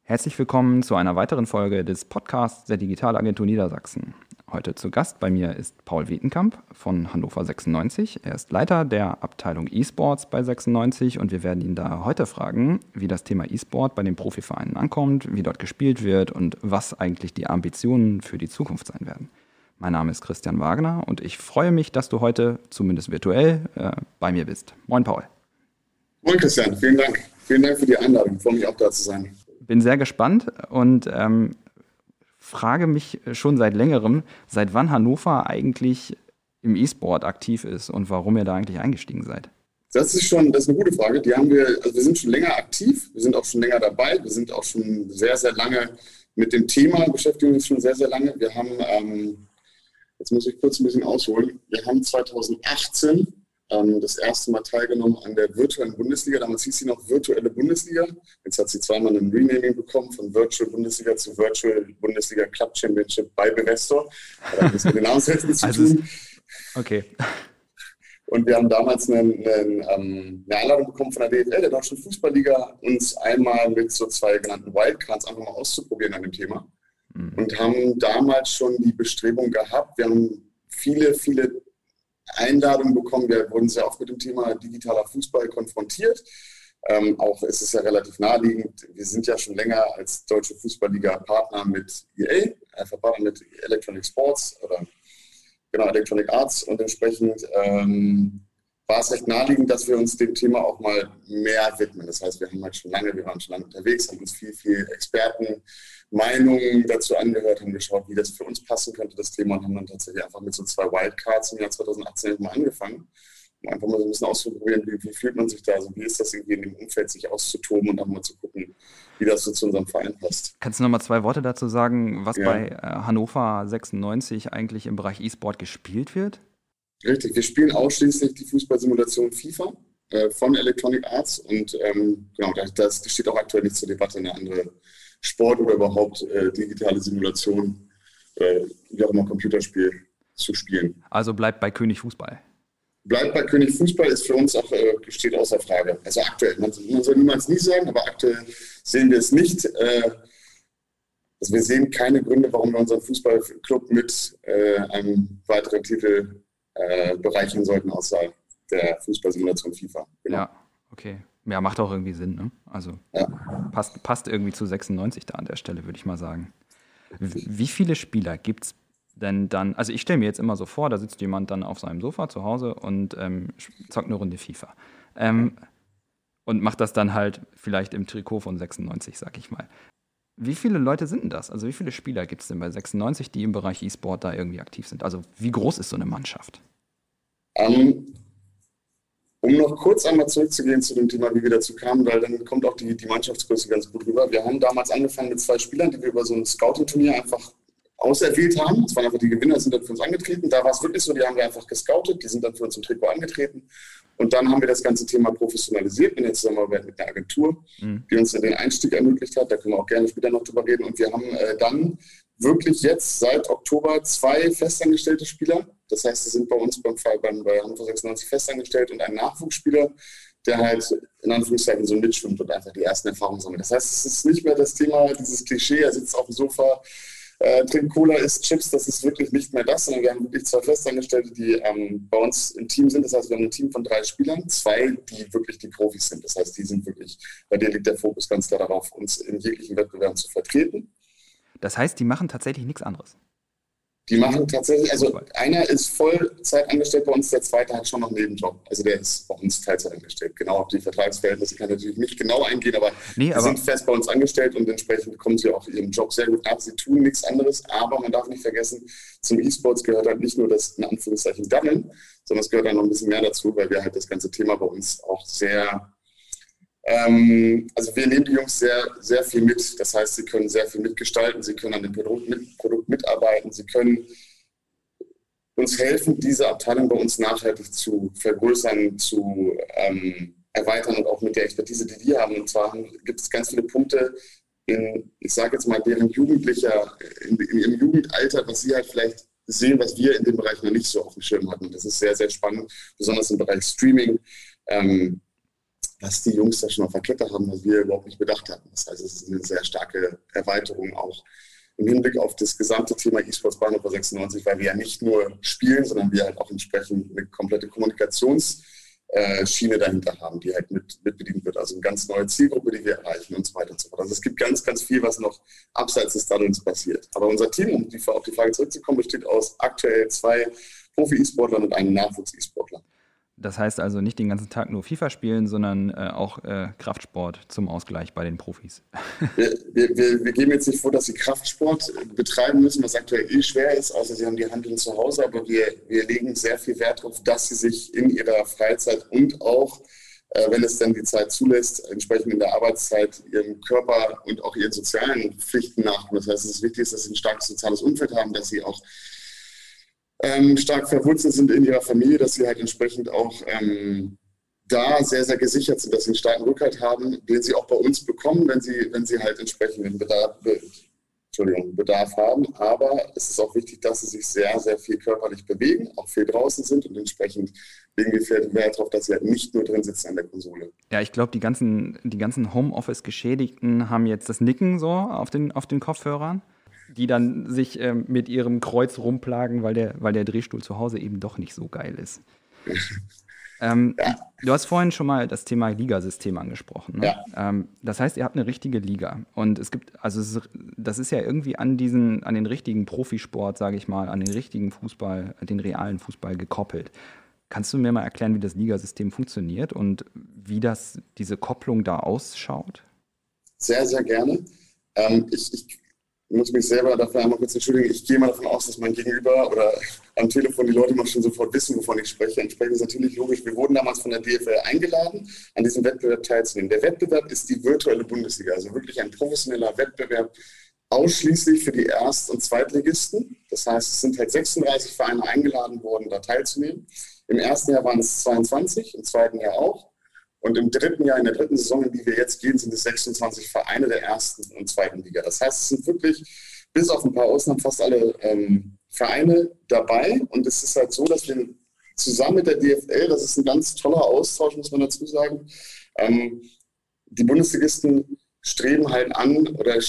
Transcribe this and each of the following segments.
Herzlich willkommen zu einer weiteren Folge des Podcasts der Digitalagentur Niedersachsen. Heute zu Gast bei mir ist Paul Wetenkamp von Hannover 96. Er ist Leiter der Abteilung E-Sports bei 96 und wir werden ihn da heute fragen, wie das Thema E-Sport bei den Profivereinen ankommt, wie dort gespielt wird und was eigentlich die Ambitionen für die Zukunft sein werden. Mein Name ist Christian Wagner und ich freue mich, dass du heute, zumindest virtuell, bei mir bist. Moin Paul. Moin Christian, vielen Dank. Vielen Dank für die Einladung. Ich freue mich auch da zu sein. Bin sehr gespannt und frage mich schon seit längerem, seit wann Hannover eigentlich im E-Sport aktiv ist und warum ihr da eigentlich eingestiegen seid. Das ist eine gute Frage. Wir sind schon länger aktiv, wir sind auch schon länger dabei, wir sind auch schon sehr, sehr lange mit dem Thema, beschäftigen uns schon sehr, sehr lange. Wir haben, jetzt muss ich kurz ein bisschen ausholen, wir haben 2018 das erste Mal teilgenommen an der virtuellen Bundesliga. Damals hieß sie noch virtuelle Bundesliga. Jetzt hat sie zweimal ein Renaming bekommen von Virtual Bundesliga zu Virtual Bundesliga Club Championship bei Bevestor. Da hat das mit den Namensrechten zu tun. Okay. Und wir haben damals eine Einladung bekommen von der DFL, der Deutschen Fußballliga, uns einmal mit so zwei genannten Wildcards einfach mal auszuprobieren an dem Thema. Und haben damals schon die Bestrebung gehabt. Wir haben viele Einladungen bekommen. Wir wurden sehr oft mit dem Thema digitaler Fußball konfrontiert. Auch ist es ja relativ naheliegend. Wir sind ja schon länger als Deutsche Fußballliga Partner mit EA, Partner mit Electronic Sports oder genau Electronic Arts und entsprechend war es recht naheliegend, dass wir uns dem Thema auch mal mehr widmen. Das heißt, wir waren schon lange unterwegs, haben uns viel Expertenmeinungen dazu angehört, haben geschaut, wie das für uns passen könnte, das Thema, und haben dann tatsächlich einfach mit so 2 Wildcards im Jahr 2018 mal angefangen, um einfach mal so ein bisschen auszuprobieren, wie fühlt man sich da, also wie ist das irgendwie in dem Umfeld, sich auszutoben und dann mal zu gucken, wie das so zu unserem Verein passt. Kannst du noch mal 2 Worte dazu sagen, was bei Hannover 96 eigentlich im Bereich E-Sport gespielt wird? Richtig, wir spielen ausschließlich die Fußballsimulation FIFA von Electronic Arts und genau, das steht auch aktuell nicht zur Debatte, eine andere Sport oder überhaupt digitale Simulation, wie auch immer Computerspiel zu spielen. Also bleibt bei König Fußball. Bleibt bei König Fußball ist für uns auch, steht außer Frage. Also aktuell, man soll niemals nie sagen, aber aktuell sehen wir es nicht. Also wir sehen keine Gründe, warum wir unseren Fußballclub mit einem weiteren Titel bereichern sollten, außer der Fußballsimulation FIFA. Genau. Ja, okay. Ja, macht auch irgendwie Sinn, ne? Also passt irgendwie zu 96 da an der Stelle, würde ich mal sagen. Wie viele Spieler gibt es denn dann? Also ich stelle mir jetzt immer so vor, da sitzt jemand dann auf seinem Sofa zu Hause und zockt eine Runde FIFA. Und macht das dann halt vielleicht im Trikot von 96, sag ich mal. Wie viele Leute sind denn das? Also wie viele Spieler gibt es denn bei 96, die im Bereich E-Sport da irgendwie aktiv sind? Also wie groß ist so eine Mannschaft? Um noch kurz einmal zurückzugehen zu dem Thema, wie wir dazu kamen, weil dann kommt auch die Mannschaftsgröße ganz gut rüber. Wir haben damals angefangen mit 2 Spielern, die wir über so ein Scouting-Turnier einfach auserwählt haben. Das waren einfach die Gewinner, sind dann für uns angetreten. Da war es wirklich so, die haben wir einfach gescoutet, die sind dann für uns im Trikot angetreten. Und dann haben wir das ganze Thema professionalisiert in der Zusammenarbeit mit einer Agentur, die uns den Einstieg ermöglicht hat. Da können wir auch gerne später noch drüber reden. Und wir haben dann wirklich jetzt seit Oktober 2 festangestellte Spieler. Das heißt, sie sind bei uns bei Hannover 96 festangestellt und ein Nachwuchsspieler, der halt in Anführungszeichen so mitschwimmt und einfach die ersten Erfahrungen sammelt. Das heißt, es ist nicht mehr das Thema, dieses Klischee, er sitzt auf dem Sofa, trinkt Cola, isst Chips, das ist wirklich nicht mehr das, sondern wir haben wirklich 2 Festangestellte, die bei uns im Team sind. Das heißt, wir haben ein Team von 3 Spielern, 2, die wirklich die Profis sind. Das heißt, die sind wirklich, bei denen liegt der Fokus ganz klar darauf, uns in jeglichen Wettbewerben zu vertreten. Das heißt, die machen tatsächlich nichts anderes? Die machen tatsächlich, also einer ist Vollzeit angestellt bei uns, der zweite hat schon noch einen Nebenjob. Also der ist bei uns Teilzeit angestellt. Genau, auf die Vertragsverhältnisse kann ich natürlich nicht genau eingehen, aber sie sind fest bei uns angestellt und entsprechend kommen sie auch ihrem Job sehr gut nach. Sie tun nichts anderes, aber man darf nicht vergessen, zum E-Sports gehört halt nicht nur das in Anführungszeichen Daddeln, sondern es gehört dann noch ein bisschen mehr dazu, weil wir halt das ganze Thema bei uns auch sehr... Also wir nehmen die Jungs sehr, sehr viel mit. Das heißt, sie können sehr viel mitgestalten, sie können an dem Produkt mitarbeiten, sie können uns helfen, diese Abteilung bei uns nachhaltig zu vergrößern, zu erweitern und auch mit der Expertise, die wir haben. Und zwar gibt es ganz viele Punkte ich sage jetzt mal, deren Jugendlicher, in ihrem Jugendalter, was sie halt vielleicht sehen, was wir in dem Bereich noch nicht so auf dem Schirm hatten. Das ist sehr, sehr spannend, besonders im Bereich Streaming. was die Jungs da schon auf der Kette haben, was wir überhaupt nicht bedacht hatten. Das heißt, es ist eine sehr starke Erweiterung auch im Hinblick auf das gesamte Thema E-Sports bei Hannover 96, weil wir ja nicht nur spielen, sondern wir halt auch entsprechend eine komplette Kommunikationsschiene dahinter haben, die halt mit bedient wird. Also eine ganz neue Zielgruppe, die wir erreichen und so weiter und so fort. Also es gibt ganz, ganz viel, was noch abseits des Daddelns passiert. Aber unser Team, um auf die Frage zurückzukommen, besteht aus aktuell 2 Profi-E-Sportlern und einem Nachwuchs-E-Sportler. Das heißt also nicht den ganzen Tag nur FIFA spielen, sondern auch Kraftsport zum Ausgleich bei den Profis. Wir geben jetzt nicht vor, dass sie Kraftsport betreiben müssen, was aktuell schwer ist, außer sie haben die Handeln zu Hause. Aber wir legen sehr viel Wert darauf, dass sie sich in ihrer Freizeit und auch, wenn es dann die Zeit zulässt, entsprechend in der Arbeitszeit ihrem Körper und auch ihren sozialen Pflichten nachkommen. Das heißt, es ist wichtig, dass sie ein starkes soziales Umfeld haben, dass sie auch stark verwurzelt sind in ihrer Familie, dass sie halt entsprechend auch da sehr, sehr gesichert sind, dass sie einen starken Rückhalt haben, den sie auch bei uns bekommen, wenn sie halt entsprechenden Bedarf haben. Aber es ist auch wichtig, dass sie sich sehr, sehr viel körperlich bewegen, auch viel draußen sind und entsprechend legen wir viel Wert darauf, dass sie halt nicht nur drin sitzen an der Konsole. Ja, ich glaube, die ganzen Homeoffice-Geschädigten haben jetzt das Nicken so auf den Kopfhörern, die dann sich mit ihrem Kreuz rumplagen, weil der Drehstuhl zu Hause eben doch nicht so geil ist. Du hast vorhin schon mal das Thema Ligasystem angesprochen. Ne? Ja. Das heißt, ihr habt eine richtige Liga. Und es gibt, das ist ja irgendwie an den richtigen Profisport, sage ich mal, an den richtigen Fußball, den realen Fußball gekoppelt. Kannst du mir mal erklären, wie das Ligasystem funktioniert und wie diese Kopplung da ausschaut? Sehr, sehr gerne. Ich muss mich selber dafür einmal kurz entschuldigen. Ich gehe mal davon aus, dass mein Gegenüber oder am Telefon die Leute mal schon sofort wissen, wovon ich spreche. Entsprechend ist natürlich logisch. Wir wurden damals von der DFL eingeladen, an diesem Wettbewerb teilzunehmen. Der Wettbewerb ist die virtuelle Bundesliga, also wirklich ein professioneller Wettbewerb, ausschließlich für die Erst- und Zweitligisten. Das heißt, es sind halt 36 Vereine eingeladen worden, da teilzunehmen. Im ersten Jahr waren es 22, im zweiten Jahr auch. Und im dritten Jahr, in der dritten Saison, in die wir jetzt gehen, sind es 26 Vereine der ersten und zweiten Liga. Das heißt, es sind wirklich, bis auf ein paar Ausnahmen, fast alle Vereine dabei. Und es ist halt so, dass wir zusammen mit der DFL, das ist ein ganz toller Austausch, muss man dazu sagen, die Bundesligisten streben halt an,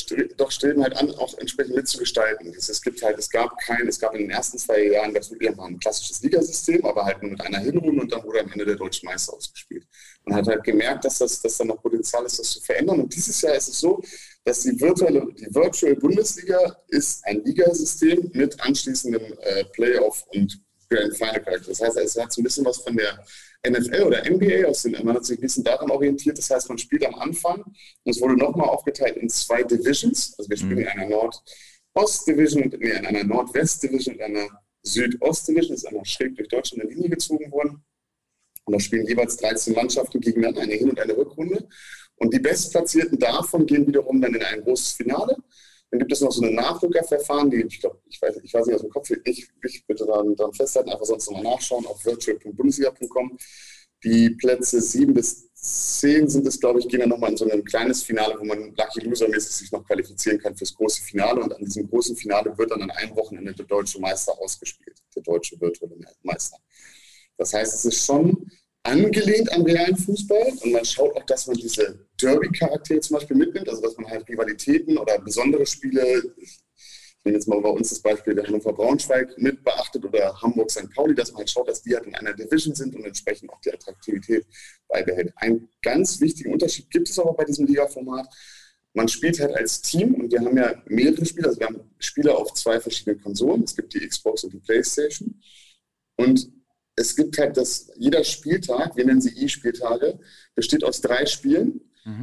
auch entsprechend mitzugestalten. Es gab in den ersten 2 Jahren wirklich mal ein klassisches Ligasystem, aber halt nur mit einer Hinrunde und dann wurde am Ende der Deutsche Meister ausgespielt. Man hat halt gemerkt, dass da noch Potenzial ist, das zu verändern. Und dieses Jahr ist es so, dass die Virtual Bundesliga ist ein Ligasystem mit anschließendem Playoff und Grand Final Charakter. Das heißt, es hat so ein bisschen was von der NFL oder NBA, man hat sich ein bisschen daran orientiert. Das heißt, man spielt am Anfang und es wurde nochmal aufgeteilt in 2 Divisions. Also wir spielen in einer Nordost-Division, in einer Nordwest-Division und einer Südost-Division. Das ist einmal schräg durch Deutschland eine Linie gezogen worden. Und da spielen jeweils 13 Mannschaften gegeneinander, eine Hin- und eine Rückrunde. Und die Bestplatzierten davon gehen wiederum dann in ein großes Finale. Dann gibt es noch so ein Nachrückerverfahren, ich weiß nicht aus dem Kopf, ich bitte daran festhalten, einfach sonst nochmal nachschauen auf virtual.bundesliga.com. Die Plätze 7 bis 10 sind es, glaube ich, gehen dann nochmal in so ein kleines Finale, wo man Lucky Loser-mäßig sich noch qualifizieren kann fürs große Finale. Und an diesem großen Finale wird dann an einem Wochenende der deutsche Meister ausgespielt, der deutsche virtuelle Meister. Das heißt, es ist schon angelehnt an realen Fußball und man schaut auch, dass man diese Derby-Charaktere zum Beispiel mitnimmt, also dass man halt Rivalitäten oder besondere Spiele, ich nehme jetzt mal bei uns das Beispiel der Hannover Braunschweig mit beachtet oder Hamburg St. Pauli, dass man halt schaut, dass die halt in einer Division sind und entsprechend auch die Attraktivität beibehält. Einen ganz wichtigen Unterschied gibt es aber bei diesem Liga-Format. Man spielt halt als Team und wir haben ja mehrere Spieler, also wir haben Spieler auf 2 verschiedenen Konsolen, es gibt die Xbox und die Playstation und es gibt halt jeder Spieltag, wir nennen sie E-Spieltage, besteht aus 3 Spielen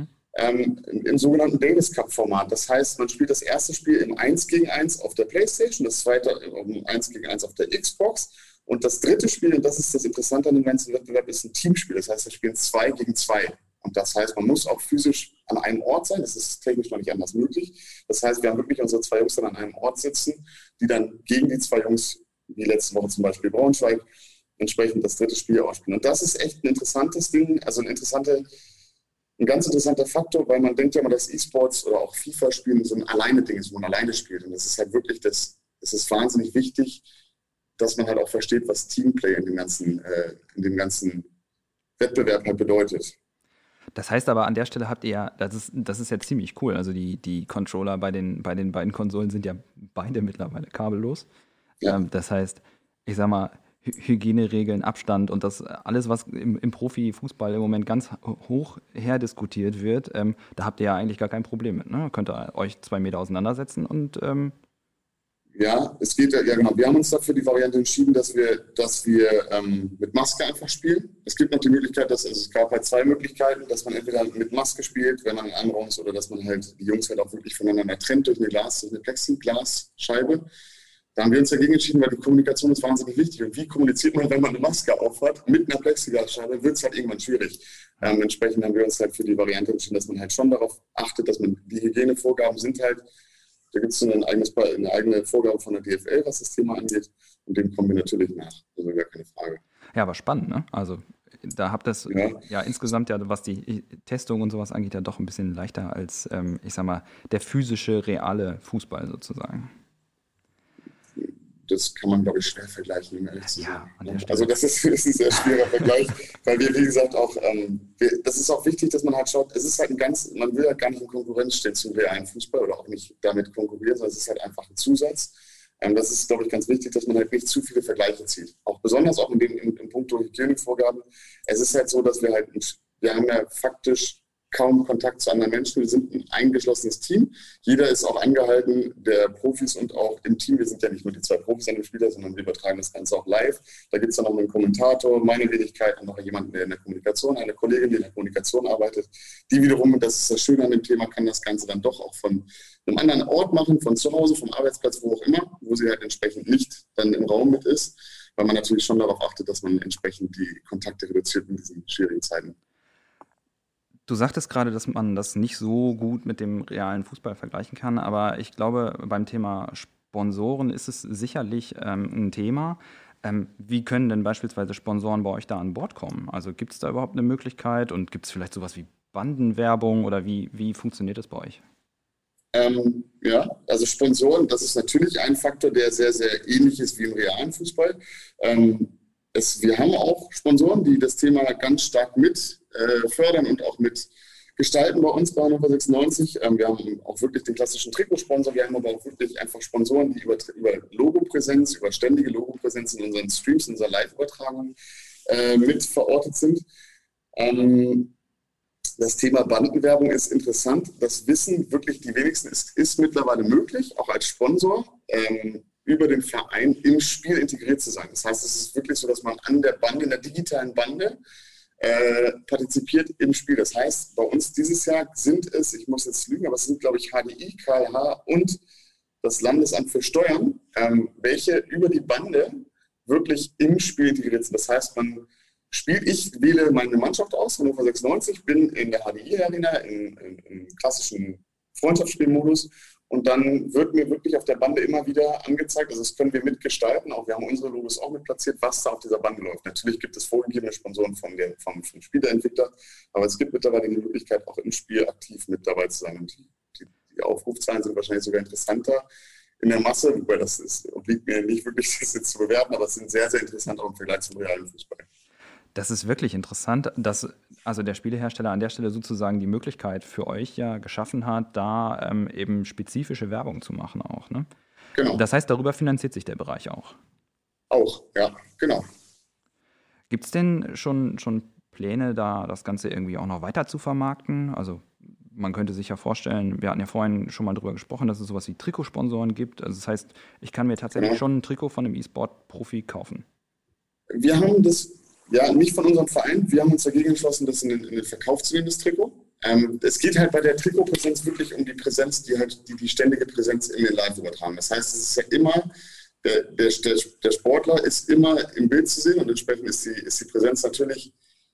im sogenannten Davis Cup Format. Das heißt, man spielt das erste Spiel im 1 gegen 1 auf der Playstation, das zweite im 1 gegen 1 auf der Xbox und das dritte Spiel, und das ist das Interessante an dem ganzen Wettbewerb, ist ein Teamspiel. Das heißt, wir spielen 2 gegen 2. Und das heißt, man muss auch physisch an einem Ort sein. Das ist technisch noch nicht anders möglich. Das heißt, wir haben wirklich unsere 2 Jungs dann an einem Ort sitzen, die dann gegen die 2 Jungs, wie letzte Woche zum Beispiel Braunschweig, entsprechend das dritte Spiel ausspielen. Und das ist echt ein interessantes Ding, also ein ganz interessanter Faktor, weil man denkt ja immer, dass E-Sports oder auch FIFA-Spielen so ein Alleine-Ding ist, wo man alleine spielt. Und das ist halt wirklich, es ist wahnsinnig wichtig, dass man halt auch versteht, was Teamplay in dem ganzen Wettbewerb halt bedeutet. Das heißt aber, an der Stelle habt ihr ja, das ist ja ziemlich cool. Also die Controller bei den beiden Konsolen sind ja beide mittlerweile kabellos. Ja. Das heißt, ich sag mal, Hygieneregeln, Abstand und das alles, was im Profifußball im Moment ganz hoch herdiskutiert wird, da habt ihr ja eigentlich gar kein Problem mit. Ne? Könnt ihr euch 2 Meter auseinandersetzen und Ja, es geht ja genau. Wir haben uns dafür die Variante entschieden, dass wir mit Maske einfach spielen. Es gibt noch die Möglichkeit, also es gab halt 2 Möglichkeiten, dass man entweder mit Maske spielt, wenn man in einem Raum ist, oder dass man halt die Jungs halt auch wirklich voneinander trennt durch eine Plexiglasscheibe. Da haben wir uns dagegen entschieden, weil die Kommunikation ist wahnsinnig wichtig. Und wie kommuniziert man, wenn man eine Maske aufhat mit einer Plexiglasscheibe, wird es halt irgendwann schwierig. Entsprechend haben wir uns halt für die Variante entschieden, dass man halt schon darauf achtet, dass man die Hygienevorgaben sind halt. Da gibt es eine eigene Vorgabe von der DFL, was das Thema angeht. Und dem kommen wir natürlich nach. Also gar keine Frage. Ja, aber spannend, ne? Also da habt das ja insgesamt ja, was die Testung und sowas angeht, ja doch ein bisschen leichter als, ich sag mal, der physische, reale Fußball sozusagen. Das kann man, glaube ich, schwer vergleichen, um ehrlich zu sein. Ja, also das ist ein sehr schwieriger Vergleich, weil wir, wie gesagt, auch, das ist auch wichtig, dass man halt schaut, es ist halt man will halt gar nicht in Konkurrenz stehen zum realen Fußball oder auch nicht damit konkurrieren, sondern es ist halt einfach ein Zusatz. Das ist, glaube ich, ganz wichtig, dass man halt nicht zu viele Vergleiche zieht. Auch besonders auch in puncto Hygienevorgaben. Es ist halt so, dass wir haben ja faktisch kaum Kontakt zu anderen Menschen. Wir sind ein eingeschlossenes Team. Jeder ist auch angehalten, der Profis und auch im Team. Wir sind ja nicht nur die 2 Profis an dem Spieler, sondern wir übertragen das Ganze auch live. Da gibt es dann noch einen Kommentator, meine Wenigkeit und noch jemanden, der in der Kommunikation, eine Kollegin, die in der Kommunikation arbeitet. Die wiederum, und das ist das Schöne an dem Thema, kann das Ganze dann doch auch von einem anderen Ort machen, von zu Hause, vom Arbeitsplatz, wo auch immer, wo sie halt entsprechend nicht dann im Raum mit ist, weil man natürlich schon darauf achtet, dass man entsprechend die Kontakte reduziert in diesen schwierigen Zeiten. Du sagtest gerade, dass man das nicht so gut mit dem realen Fußball vergleichen kann, aber ich glaube, beim Thema Sponsoren ist es sicherlich ein Thema. Wie können denn beispielsweise Sponsoren bei euch da an Bord kommen? Also gibt es da überhaupt eine Möglichkeit und gibt es vielleicht sowas wie Bandenwerbung oder wie funktioniert das bei euch? Ja, also Sponsoren, das ist natürlich ein Faktor, der sehr, sehr ähnlich ist wie im realen Fußball. Wir haben auch Sponsoren, die das Thema ganz stark mit fördern und auch mit gestalten bei uns bei Hannover 96. Wir haben auch wirklich den klassischen Trikotsponsor. Wir haben aber auch wirklich einfach Sponsoren, die über Logopräsenz, über ständige Logopräsenz in unseren Streams, in unserer Live-Übertragung mit verortet sind. Das Thema Bandenwerbung ist interessant. Das wissen wirklich die wenigsten. Es ist mittlerweile möglich, auch als Sponsor über den Verein im Spiel integriert zu sein. Das heißt, es ist wirklich so, dass man an der Bande, in der digitalen Bande, partizipiert im Spiel. Das heißt, bei uns dieses Jahr sind es, ich muss jetzt lügen, aber es sind, glaube ich, HDI, KLH und das Landesamt für Steuern, welche über die Bande wirklich im Spiel integriert sind. Das heißt, ich wähle meine Mannschaft aus, Hannover 96, bin in der HDI-Arena im klassischen Freundschaftsspielmodus. Und dann wird mir wirklich auf der Bande immer wieder angezeigt, also das können wir mitgestalten, auch wir haben unsere Logos auch mit platziert, was da auf dieser Bande läuft. Natürlich gibt es vorgegebene Sponsoren vom Spieleentwickler, aber es gibt mittlerweile die Möglichkeit, auch im Spiel aktiv mit dabei zu sein. Und die Aufrufzahlen sind wahrscheinlich sogar interessanter in der Masse, wobei obliegt mir nicht wirklich, das jetzt zu bewerten, aber es sind sehr, sehr interessant auch im Vergleich zum realen Fußball. Das ist wirklich interessant, dass also der Spielehersteller an der Stelle sozusagen die Möglichkeit für euch ja geschaffen hat, da eben spezifische Werbung zu machen auch, ne? Genau. Das heißt, darüber finanziert sich der Bereich auch. Auch, ja, genau. Gibt es denn schon Pläne, da das Ganze irgendwie auch noch weiter zu vermarkten? Also man könnte sich ja vorstellen, wir hatten ja vorhin schon mal drüber gesprochen, dass es sowas wie Trikotsponsoren gibt. Also das heißt, ich kann mir tatsächlich schon ein Trikot von einem E-Sport-Profi kaufen. Wir haben das nicht von unserem Verein. Wir haben uns dagegen entschlossen, das in den Verkauf zu nehmen, das Trikot. Es geht halt bei der Trikotpräsenz wirklich um die Präsenz, die ständige Präsenz in den Live übertragen. Das heißt, es ist ja immer, der Sportler ist immer im Bild zu sehen und entsprechend ist die Präsenz natürlich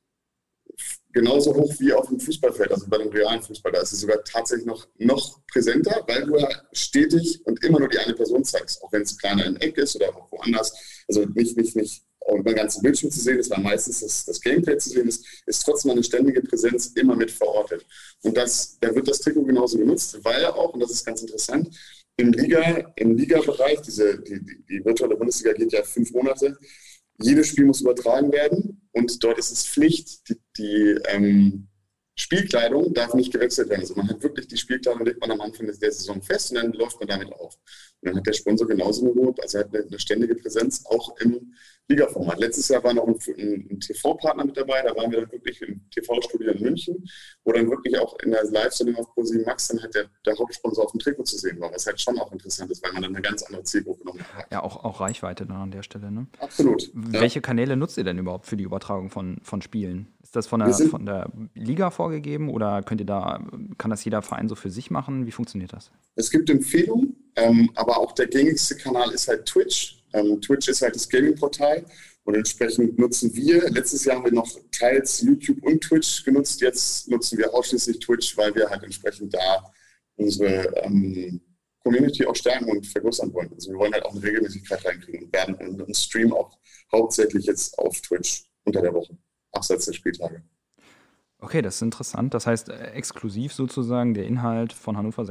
genauso hoch wie auf dem Fußballfeld, also bei dem realen Fußball. Da ist sie sogar tatsächlich noch präsenter, weil du ja stetig und immer nur die eine Person zeigst, auch wenn es kleiner im Eck ist oder auch woanders. Also nicht und beim ganzen Bildschirm zu sehen ist, weil meistens das Gameplay zu sehen ist trotzdem eine ständige Präsenz immer mit verortet. Und da wird das Trikot genauso genutzt, weil auch, und das ist ganz interessant, im Liga-Bereich, die virtuelle Bundesliga geht ja 5 Monate, jedes Spiel muss übertragen werden und dort ist es Pflicht, die Spielkleidung darf nicht gewechselt werden. Also man hat wirklich die Spielkleidung, legt man am Anfang der Saison fest und dann läuft man damit auf. Und dann hat der Sponsor genauso also er hat eine ständige Präsenz auch im Ligaformat. Letztes Jahr war noch ein TV-Partner mit dabei, da waren wir dann wirklich im TV-Studio in München, wo dann wirklich auch in der Live-Sendung auf ProSieben Max dann halt der Hauptsponsor auf dem Trikot zu sehen war, was halt schon auch interessant ist, weil man dann eine ganz andere Zielgruppe noch hat. Ja, auch Reichweite dann an der Stelle, ne? Absolut. Welche Kanäle nutzt ihr denn überhaupt für die Übertragung von Spielen? Ist das von der Liga vorgegeben oder kann das jeder Verein so für sich machen? Wie funktioniert das? Es gibt Empfehlungen, aber auch der gängigste Kanal ist halt Twitch. Twitch ist halt das Gaming-Portal und entsprechend nutzen wir, letztes Jahr haben wir noch teils YouTube und Twitch genutzt, jetzt nutzen wir ausschließlich Twitch, weil wir halt entsprechend da unsere Community auch stärken und vergrößern wollen. Also wir wollen halt auch eine Regelmäßigkeit reinkriegen und werden unseren Stream auch hauptsächlich jetzt auf Twitch unter der Woche, abseits der Spieltage. Okay, das ist interessant. Das heißt, exklusiv sozusagen der Inhalt von Hannover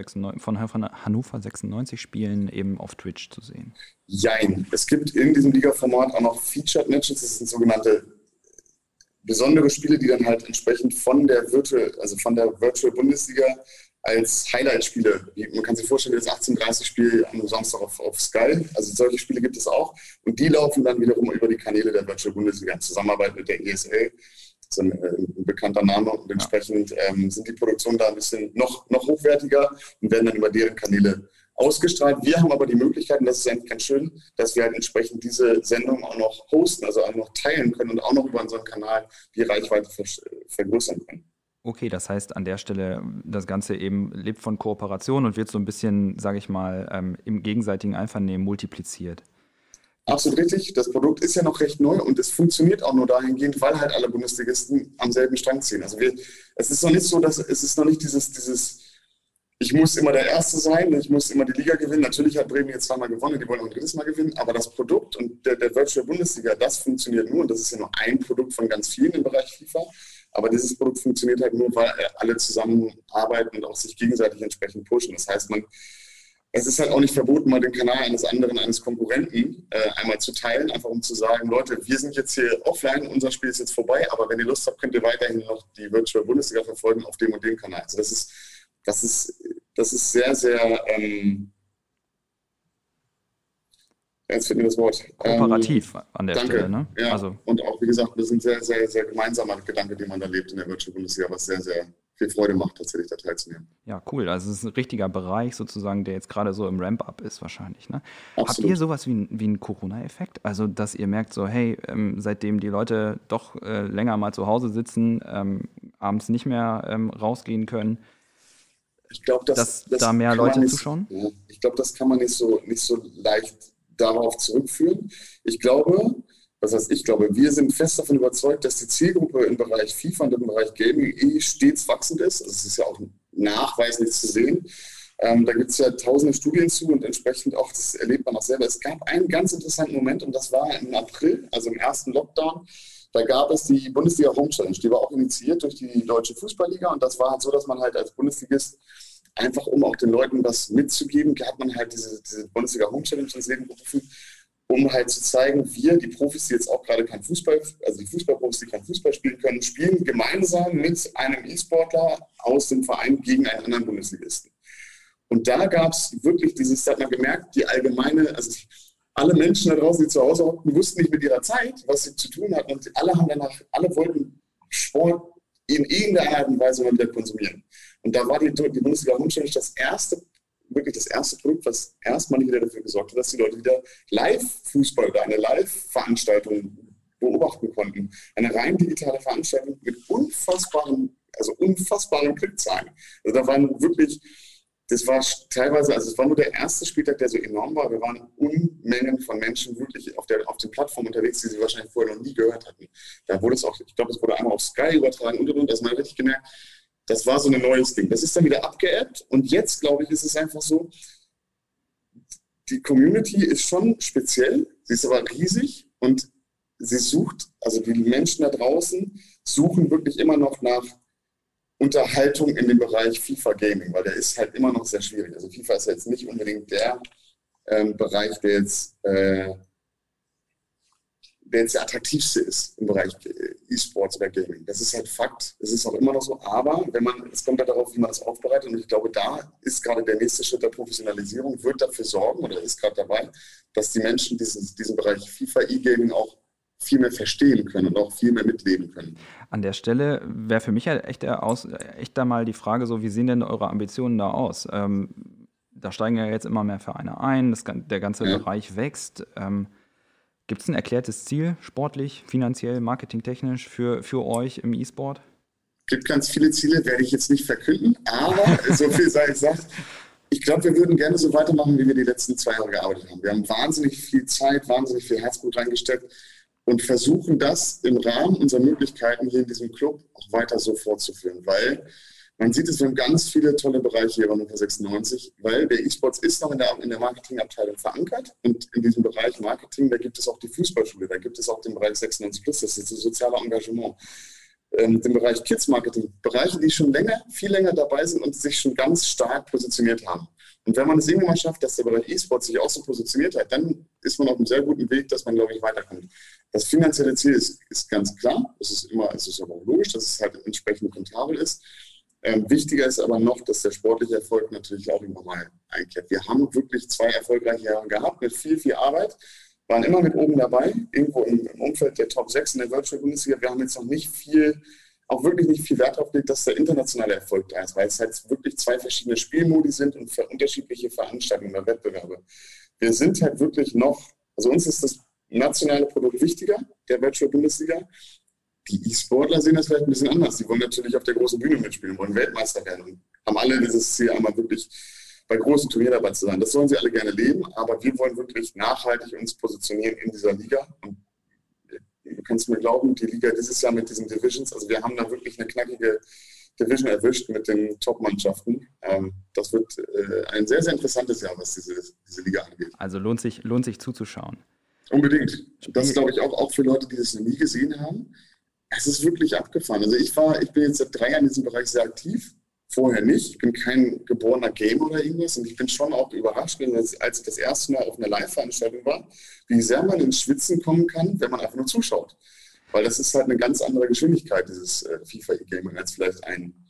96 Spielen eben auf Twitch zu sehen. Jein. Es gibt in diesem Liga-Format auch noch Featured Matches. Das sind sogenannte besondere Spiele, die dann halt entsprechend von der Virtual Bundesliga als Highlight-Spiele, man kann sich vorstellen, das 18:30-Spiel am Samstag auf Sky. Also solche Spiele gibt es auch. Und die laufen dann wiederum über die Kanäle der Virtual Bundesliga in Zusammenarbeit mit der ESL. Das ist ein bekannter Name und entsprechend sind die Produktionen da ein bisschen noch hochwertiger und werden dann über deren Kanäle ausgestrahlt. Wir haben aber die Möglichkeit, und das ist eigentlich ganz schön, dass wir halt entsprechend diese Sendung auch noch hosten, also auch noch teilen können und auch noch über unseren Kanal die Reichweite vergrößern können. Okay, das heißt an der Stelle, das Ganze eben lebt von Kooperation und wird so ein bisschen, sage ich mal, im gegenseitigen Einvernehmen multipliziert. Absolut richtig. Das Produkt ist ja noch recht neu und es funktioniert auch nur dahingehend, weil halt alle Bundesligisten am selben Strang ziehen. Also es ist noch nicht so, es ist noch nicht dieses ich muss immer der Erste sein, ich muss immer die Liga gewinnen. Natürlich hat Bremen jetzt zweimal gewonnen, die wollen auch ein drittes Mal gewinnen, aber das Produkt und der Virtual Bundesliga, das funktioniert nur, und das ist ja nur ein Produkt von ganz vielen im Bereich FIFA, aber dieses Produkt funktioniert halt nur, weil alle zusammenarbeiten und auch sich gegenseitig entsprechend pushen. Das heißt, es ist halt auch nicht verboten, mal den Kanal eines Konkurrenten einmal zu teilen, einfach um zu sagen, Leute, wir sind jetzt hier offline, unser Spiel ist jetzt vorbei, aber wenn ihr Lust habt, könnt ihr weiterhin noch die Virtual Bundesliga verfolgen auf dem und dem Kanal. Also das ist sehr, sehr, jetzt fehlt mir das Wort. Kooperativ an der danke. Stelle, ne? Ja. Also. Und auch, wie gesagt, das ist ein sehr, sehr, sehr gemeinsamer Gedanke, den man da lebt in der Virtual Bundesliga, was sehr, sehr viel Freude macht, tatsächlich da teilzunehmen. Ja, cool. Also es ist ein richtiger Bereich sozusagen, der jetzt gerade so im Ramp-up ist wahrscheinlich. Ne? Absolut. Habt ihr sowas wie einen Corona-Effekt? Also, dass ihr merkt so, hey, seitdem die Leute doch länger mal zu Hause sitzen, abends nicht mehr rausgehen können, ich glaube, dass da mehr Leute zuschauen? Ja, ich glaube, das kann man nicht so leicht darauf zurückführen. Ich glaube, wir sind fest davon überzeugt, dass die Zielgruppe im Bereich FIFA und im Bereich Gaming stets wachsend ist. Also es ist ja auch nachweislich zu sehen. Da gibt es ja tausende Studien zu und entsprechend auch, das erlebt man auch selber. Es gab einen ganz interessanten Moment und das war im April, also im ersten Lockdown. Da gab es die Bundesliga Home Challenge. Die war auch initiiert durch die Deutsche Fußballliga und das war halt so, dass man halt als Bundesligist einfach, um auch den Leuten was mitzugeben, hat man halt diese Bundesliga Home Challenge ins Leben gerufen, um halt zu zeigen, die Profis, die jetzt auch gerade kein Fußball, also die Fußballprofis, die kein Fußball spielen können, spielen gemeinsam mit einem E-Sportler aus dem Verein gegen einen anderen Bundesligisten. Und da gab es wirklich da hat man gemerkt, die allgemeine, also alle Menschen da draußen, die zu Hause hockten, wussten nicht mit ihrer Zeit, was sie zu tun hatten. Und alle wollten Sport in irgendeiner Art und Weise mal wieder konsumieren. Und da war die Bundesliga Home Challenge das erste Produkt, was erstmalig wieder dafür gesorgt hat, dass die Leute wieder Live-Fußball oder eine Live-Veranstaltung beobachten konnten. Eine rein digitale Veranstaltung mit unfassbaren Klickzahlen. Also da waren wirklich, das war teilweise, also es war nur der erste Spieltag, der so enorm war. Wir waren Unmengen von Menschen wirklich auf den Plattformen unterwegs, die sie wahrscheinlich vorher noch nie gehört hatten. Da wurde es auch, ich glaube, es wurde einmal auf Sky übertragen und. Also man hat richtig gemerkt, das war so ein neues Ding. Das ist dann wieder abgeebbt und jetzt, glaube ich, ist es einfach so, die Community ist schon speziell, sie ist aber riesig und sie sucht, also die Menschen da draußen suchen wirklich immer noch nach Unterhaltung in dem Bereich FIFA Gaming, weil der ist halt immer noch sehr schwierig. Also FIFA ist ja jetzt nicht unbedingt der Bereich, der jetzt der jetzt der attraktivste ist im Bereich E-Sports oder Gaming. Das ist halt Fakt. Es ist auch immer noch so. Aber es kommt halt darauf, wie man das aufbereitet. Und ich glaube, da ist gerade der nächste Schritt der Professionalisierung, wird dafür sorgen oder ist gerade dabei, dass die Menschen diesen Bereich FIFA E-Gaming auch viel mehr verstehen können und auch viel mehr mitleben können. An der Stelle wäre für mich halt echt da mal die Frage so, wie sehen denn eure Ambitionen da aus? Da steigen ja jetzt immer mehr Vereine ein, der ganze Bereich wächst. Gibt es ein erklärtes Ziel, sportlich, finanziell, marketingtechnisch für euch im E-Sport? Es gibt ganz viele Ziele, werde ich jetzt nicht verkünden, aber so viel sei gesagt. Ich glaube, wir würden gerne so weitermachen, wie wir die letzten 2 Jahre gearbeitet haben. Wir haben wahnsinnig viel Zeit, wahnsinnig viel Herzblut reingesteckt und versuchen das im Rahmen unserer Möglichkeiten hier in diesem Club auch weiter so fortzuführen, weil man sieht es, wir haben ganz viele tolle Bereiche hier bei Hannover 96, weil der E-Sports ist noch in der Marketingabteilung verankert und in diesem Bereich Marketing, da gibt es auch die Fußballschule, da gibt es auch den Bereich 96+, das ist das soziale Engagement, den Bereich Kids Marketing, Bereiche, die schon viel länger dabei sind und sich schon ganz stark positioniert haben. Und wenn man es irgendwann mal schafft, dass der Bereich E-Sports sich auch so positioniert hat, dann ist man auf einem sehr guten Weg, dass man, glaube ich, weiterkommt. Das finanzielle Ziel ist ganz klar, es ist aber auch logisch, dass es halt entsprechend rentabel ist. Wichtiger ist aber noch, dass der sportliche Erfolg natürlich auch immer mal einkehrt. Wir haben wirklich 2 erfolgreiche Jahre gehabt mit viel, viel Arbeit, waren immer mit oben dabei, irgendwo im Umfeld der Top 6 in der Virtual Bundesliga. Wir haben jetzt noch wirklich nicht viel Wert darauf gelegt, dass der internationale Erfolg da ist, weil es halt wirklich 2 verschiedene Spielmodi sind und für unterschiedliche Veranstaltungen oder Wettbewerbe. Wir sind halt wirklich also uns ist das nationale Produkt wichtiger, der Virtual Bundesliga. Die E-Sportler sehen das vielleicht ein bisschen anders. Die wollen natürlich auf der großen Bühne mitspielen, wollen Weltmeister werden und haben alle dieses Ziel, einmal wirklich bei großen Turnieren dabei zu sein. Das sollen sie alle gerne leben, aber wir wollen wirklich nachhaltig uns positionieren in dieser Liga. Und du kannst mir glauben, die Liga dieses Jahr mit diesen Divisions, also wir haben da wirklich eine knackige Division erwischt mit den Top-Mannschaften. Das wird ein sehr, sehr interessantes Jahr, was diese Liga angeht. Also lohnt sich zuzuschauen. Unbedingt. Das ist, glaube ich, auch für Leute, die das noch nie gesehen haben. Es ist wirklich abgefahren. Also ich bin jetzt seit 3 Jahren in diesem Bereich sehr aktiv. Vorher nicht. Ich bin kein geborener Gamer oder irgendwas. Und ich bin schon auch überrascht, als ich das erste Mal auf einer Live-Veranstaltung war, wie sehr man ins Schwitzen kommen kann, wenn man einfach nur zuschaut. Weil das ist halt eine ganz andere Geschwindigkeit, dieses FIFA-E-Gaming, als vielleicht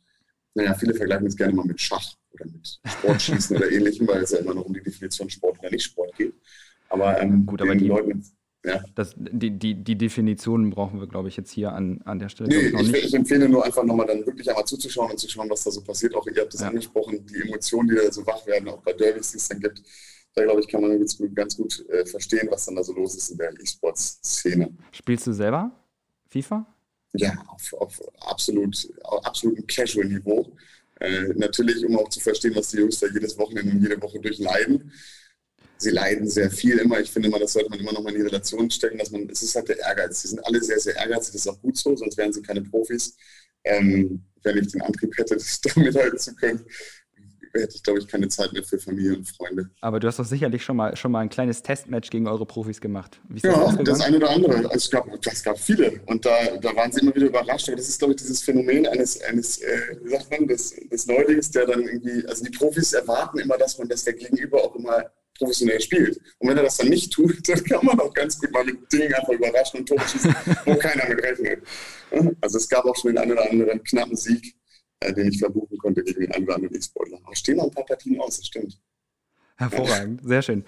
viele vergleichen es gerne mal mit Schach oder mit Sportschießen oder Ähnlichem, weil es ja immer noch um die Definition Sport oder nicht Sport geht. Aber aber die Leuten... Ja. Die Definitionen brauchen wir, glaube ich, jetzt hier an der Stelle noch nicht. Ich empfehle nur einfach nochmal dann wirklich einmal zuzuschauen und zu schauen, was da so passiert. Auch ihr habt es angesprochen, die Emotionen, die da so wach werden, auch bei Derbys, die es dann gibt. Da, glaube ich, kann man ganz gut verstehen, was dann da so los ist in der E-Sports-Szene. Spielst du selber FIFA? Ja, auf absolutem Casual-Niveau. Natürlich, um auch zu verstehen, was die Jungs da jedes Wochenende und jede Woche durchleiden. Sie leiden sehr viel immer. Ich finde immer, das sollte man immer noch mal in die Relation stecken, es ist halt der Ehrgeiz. Sie sind alle sehr, sehr ehrgeizig, das ist auch gut so, sonst wären sie keine Profis. Wenn ich den Antrieb hätte, das da mithalten zu können, hätte ich, glaube ich, keine Zeit mehr für Familie und Freunde. Aber du hast doch sicherlich schon mal ein kleines Testmatch gegen eure Profis gemacht. Das eine oder andere. Also es gab viele und da waren sie immer wieder überrascht. Aber das ist, glaube ich, dieses Phänomen eines wie sagt man, des Neulings, der dann irgendwie, also die Profis erwarten immer, dass der Gegenüber auch immer professionell spielt. Und wenn er das dann nicht tut, dann kann man auch ganz gut mal mit Dingen einfach überraschen und Tore schießen, wo keiner mit rechnet. Also es gab auch schon den einen oder anderen knappen Sieg, den ich verbuchen konnte gegen den einen oder anderen E-Sportler. Aber stehen noch ein paar Partien aus, das stimmt. Hervorragend, sehr schön.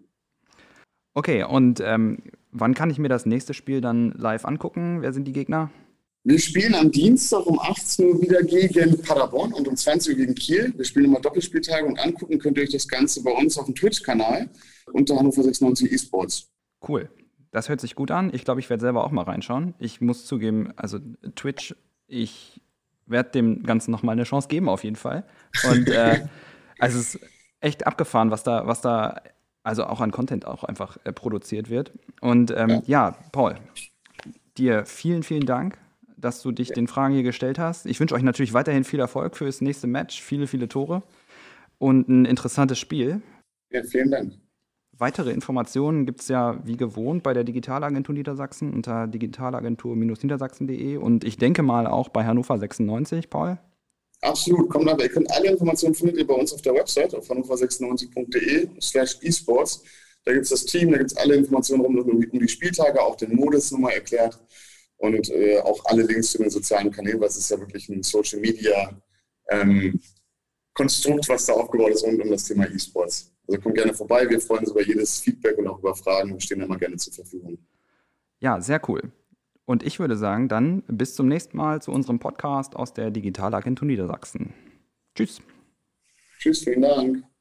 Okay, und wann kann ich mir das nächste Spiel dann live angucken? Wer sind die Gegner? Wir spielen am Dienstag um 18 Uhr wieder gegen Paderborn und um 20 Uhr gegen Kiel. Wir spielen immer Doppelspieltage und angucken könnt ihr euch das Ganze bei uns auf dem Twitch-Kanal unter Hannover 96 eSports. Cool. Das hört sich gut an. Ich glaube, ich werde selber auch mal reinschauen. Ich muss zugeben, also Twitch, ich werde dem Ganzen nochmal eine Chance geben, auf jeden Fall. Und also es ist echt abgefahren, was da also auch an Content auch einfach produziert wird. Und Paul, dir vielen, vielen Dank, dass du dich den Fragen hier gestellt hast. Ich wünsche euch natürlich weiterhin viel Erfolg für das nächste Match, viele, viele Tore und ein interessantes Spiel. Ja, vielen Dank. Weitere Informationen gibt es ja wie gewohnt bei der Digitalagentur Niedersachsen unter digitalagentur-niedersachsen.de und ich denke mal auch bei Hannover 96, Paul. Absolut, kommt alle Informationen findet ihr bei uns auf der Website auf hannover96.de/esports. Da gibt es das Team, da gibt es alle Informationen rund um die Spieltage, auch den Modus nochmal erklärt und auch alle Links zu den sozialen Kanälen, weil es ist ja wirklich ein Social Media Konstrukt, was da aufgebaut ist rund um das Thema E-Sports. Also kommt gerne vorbei, wir freuen uns über jedes Feedback und auch über Fragen und stehen immer gerne zur Verfügung. Ja, sehr cool. Und ich würde sagen, dann bis zum nächsten Mal zu unserem Podcast aus der Digitalagentur Niedersachsen. Tschüss. Tschüss, vielen Dank.